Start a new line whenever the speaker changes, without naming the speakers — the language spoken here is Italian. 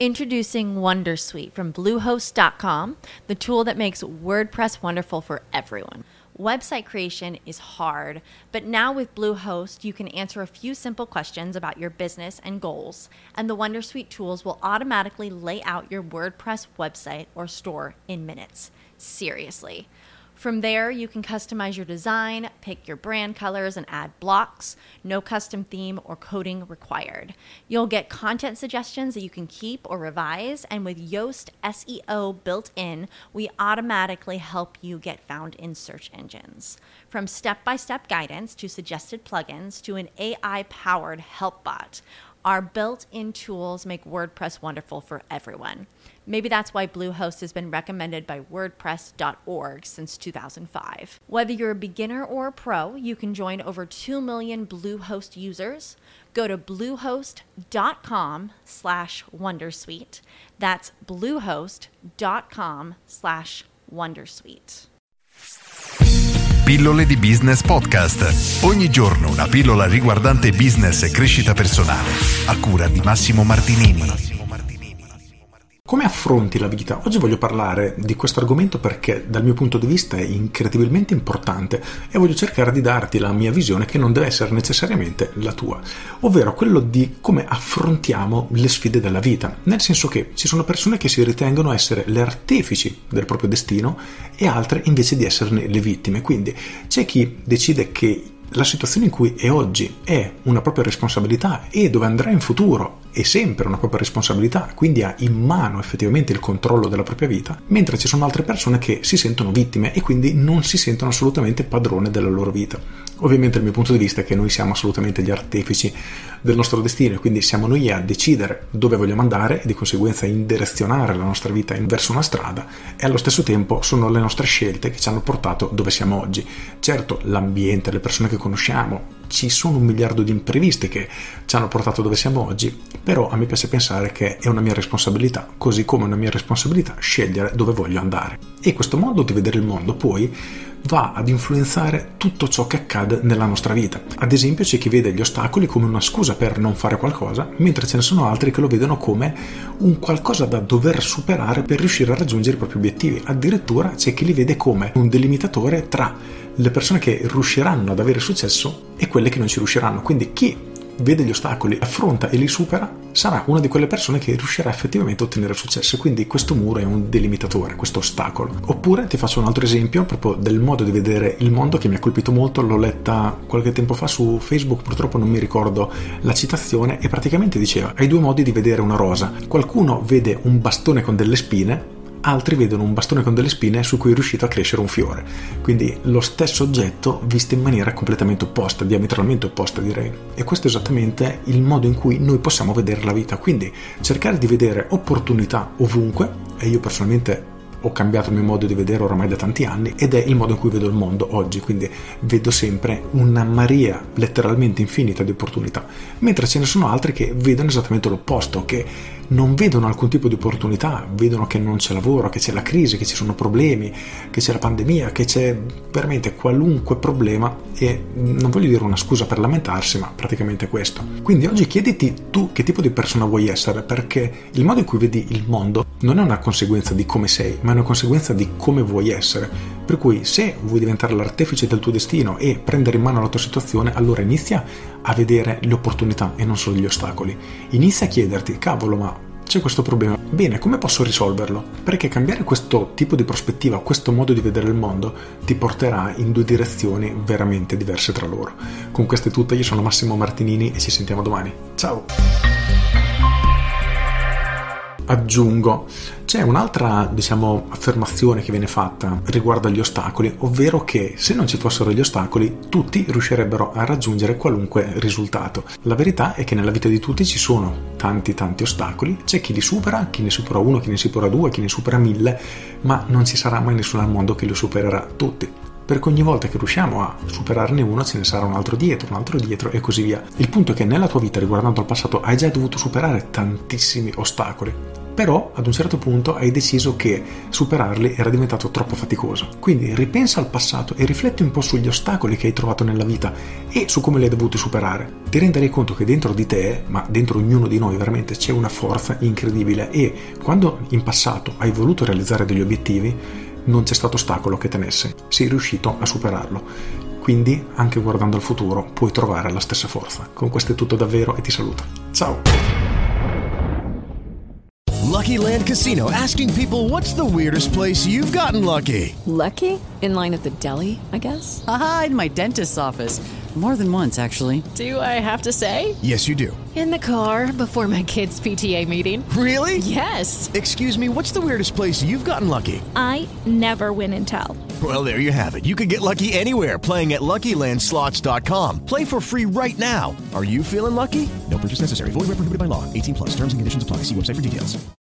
Introducing Wondersuite from Bluehost.com, the tool that makes WordPress wonderful for everyone. Website creation is hard, but now with Bluehost, you can answer a few simple questions about your business and goals, and the Wondersuite tools will automatically lay out your WordPress website or store in minutes. Seriously. From there, you can customize your design, pick your brand colors, and add blocks. No custom theme or coding required. You'll get content suggestions that you can keep or revise, and with Yoast SEO built in, we automatically help you get found in search engines. From step-by-step guidance to suggested plugins to an AI-powered help bot, our built-in tools make WordPress wonderful for everyone. Maybe that's why Bluehost has been recommended by WordPress.org since 2005. Whether you're a beginner or a pro, you can join over 2 million Bluehost users. Go to bluehost.com/wondersuite. That's bluehost.com/wondersuite.
Pillole di Business Podcast. Ogni giorno una pillola riguardante business e crescita personale. A cura di Massimo Martinini.
Come affronti la vita? Oggi voglio parlare di questo argomento perché dal mio punto di vista è incredibilmente importante e voglio cercare di darti la mia visione, che non deve essere necessariamente la tua, ovvero quello di come affrontiamo le sfide della vita, nel senso che ci sono persone che si ritengono essere le artefici del proprio destino e altre invece di esserne le vittime. Quindi c'è chi decide che la situazione in cui è oggi è una propria responsabilità e dove andrà in futuro è sempre una propria responsabilità, quindi ha in mano effettivamente il controllo della propria vita, mentre ci sono altre persone che si sentono vittime e quindi non si sentono assolutamente padrone della loro vita. Ovviamente il mio punto di vista è che noi siamo assolutamente gli artefici del nostro destino e quindi siamo noi a decidere dove vogliamo andare e di conseguenza indirezionare la nostra vita verso una strada, e allo stesso tempo sono le nostre scelte che ci hanno portato dove siamo oggi. Certo, l'ambiente, le persone che conosciamo, ci sono 1 miliardo di imprevisti che ci hanno portato dove siamo oggi, però a me piace pensare che è una mia responsabilità, così come è una mia responsabilità scegliere dove voglio andare. E questo modo di vedere il mondo poi va ad influenzare tutto ciò che accade nella nostra vita. Ad esempio c'è chi vede gli ostacoli come una scusa per non fare qualcosa, mentre ce ne sono altri che lo vedono come un qualcosa da dover superare per riuscire a raggiungere i propri obiettivi. Addirittura c'è chi li vede come un delimitatore tra le persone che riusciranno ad avere successo e quelle che non ci riusciranno. Quindi chi vede gli ostacoli, affronta e li supera sarà una di quelle persone che riuscirà effettivamente a ottenere successo. Quindi questo muro è un delimitatore, questo ostacolo. Oppure ti faccio un altro esempio proprio del modo di vedere il mondo che mi ha colpito molto. L'ho letta qualche tempo fa su Facebook, purtroppo non mi ricordo la citazione, e praticamente diceva: hai 2 modi di vedere una rosa. Qualcuno vede un bastone con delle spine, altri vedono un bastone con delle spine su cui è riuscito a crescere un fiore. Quindi lo stesso oggetto visto in maniera completamente opposta, diametralmente opposta direi. E questo è esattamente il modo in cui noi possiamo vedere la vita. Quindi cercare di vedere opportunità ovunque, e io personalmente ho cambiato il mio modo di vedere oramai da tanti anni, ed è il modo in cui vedo il mondo oggi. Quindi vedo sempre una marea letteralmente infinita di opportunità, mentre ce ne sono altri che vedono esattamente l'opposto, che non vedono alcun tipo di opportunità, vedono che non c'è lavoro, che c'è la crisi, che ci sono problemi, che c'è la pandemia, che c'è veramente qualunque problema, e non voglio dire una scusa per lamentarsi, ma praticamente questo. Quindi oggi chiediti tu che tipo di persona vuoi essere, perché il modo in cui vedi il mondo non è una conseguenza di come sei, ma è una conseguenza di come vuoi essere. Per cui se vuoi diventare l'artefice del tuo destino e prendere in mano la tua situazione, allora inizia a vedere le opportunità e non solo gli ostacoli. Inizia a chiederti: cavolo, ma c'è questo problema, bene, come posso risolverlo? Perché cambiare questo tipo di prospettiva, questo modo di vedere il mondo, ti porterà in 2 direzioni veramente diverse tra loro. Con questo è tutto, io sono Massimo Martinini e ci sentiamo domani. Ciao! Aggiungo, c'è un'altra affermazione che viene fatta riguardo agli ostacoli, ovvero che se non ci fossero gli ostacoli tutti riuscirebbero a raggiungere qualunque risultato. La verità è che nella vita di tutti ci sono tanti ostacoli, c'è chi li supera, chi ne supera 1, chi ne supera 2, chi ne supera 1000, ma non ci sarà mai nessuno al mondo che lo supererà tutti. Perché ogni volta che riusciamo a superarne uno ce ne sarà un altro dietro e così via. Il punto è che nella tua vita, riguardando il passato, hai già dovuto superare tantissimi ostacoli. però ad un certo punto hai deciso che superarli era diventato troppo faticoso. Quindi ripensa al passato e rifletti un po' sugli ostacoli che hai trovato nella vita e su come li hai dovuti superare. Ti renderai conto che dentro di te, ma dentro ognuno di noi veramente, c'è una forza incredibile, e quando in passato hai voluto realizzare degli obiettivi non c'è stato ostacolo che tenesse, sei riuscito a superarlo. Quindi anche guardando al futuro puoi trovare la stessa forza. Con questo è tutto davvero e ti saluto. Ciao!
Lucky Land Casino, asking people, what's the weirdest place you've gotten lucky?
Lucky? In line at the deli, I guess?
Aha, in my dentist's office. More than once, actually.
Do I have to say?
Yes, you do.
In the car before my kids' PTA meeting.
Really?
Yes.
Excuse me, what's the weirdest place you've gotten lucky?
I never win and tell.
Well, there you have it. You can get lucky anywhere, playing at LuckyLandSlots.com. Play for free right now. Are you feeling lucky? No purchase necessary. Void where prohibited by law. 18+. Terms and conditions apply. See website for details.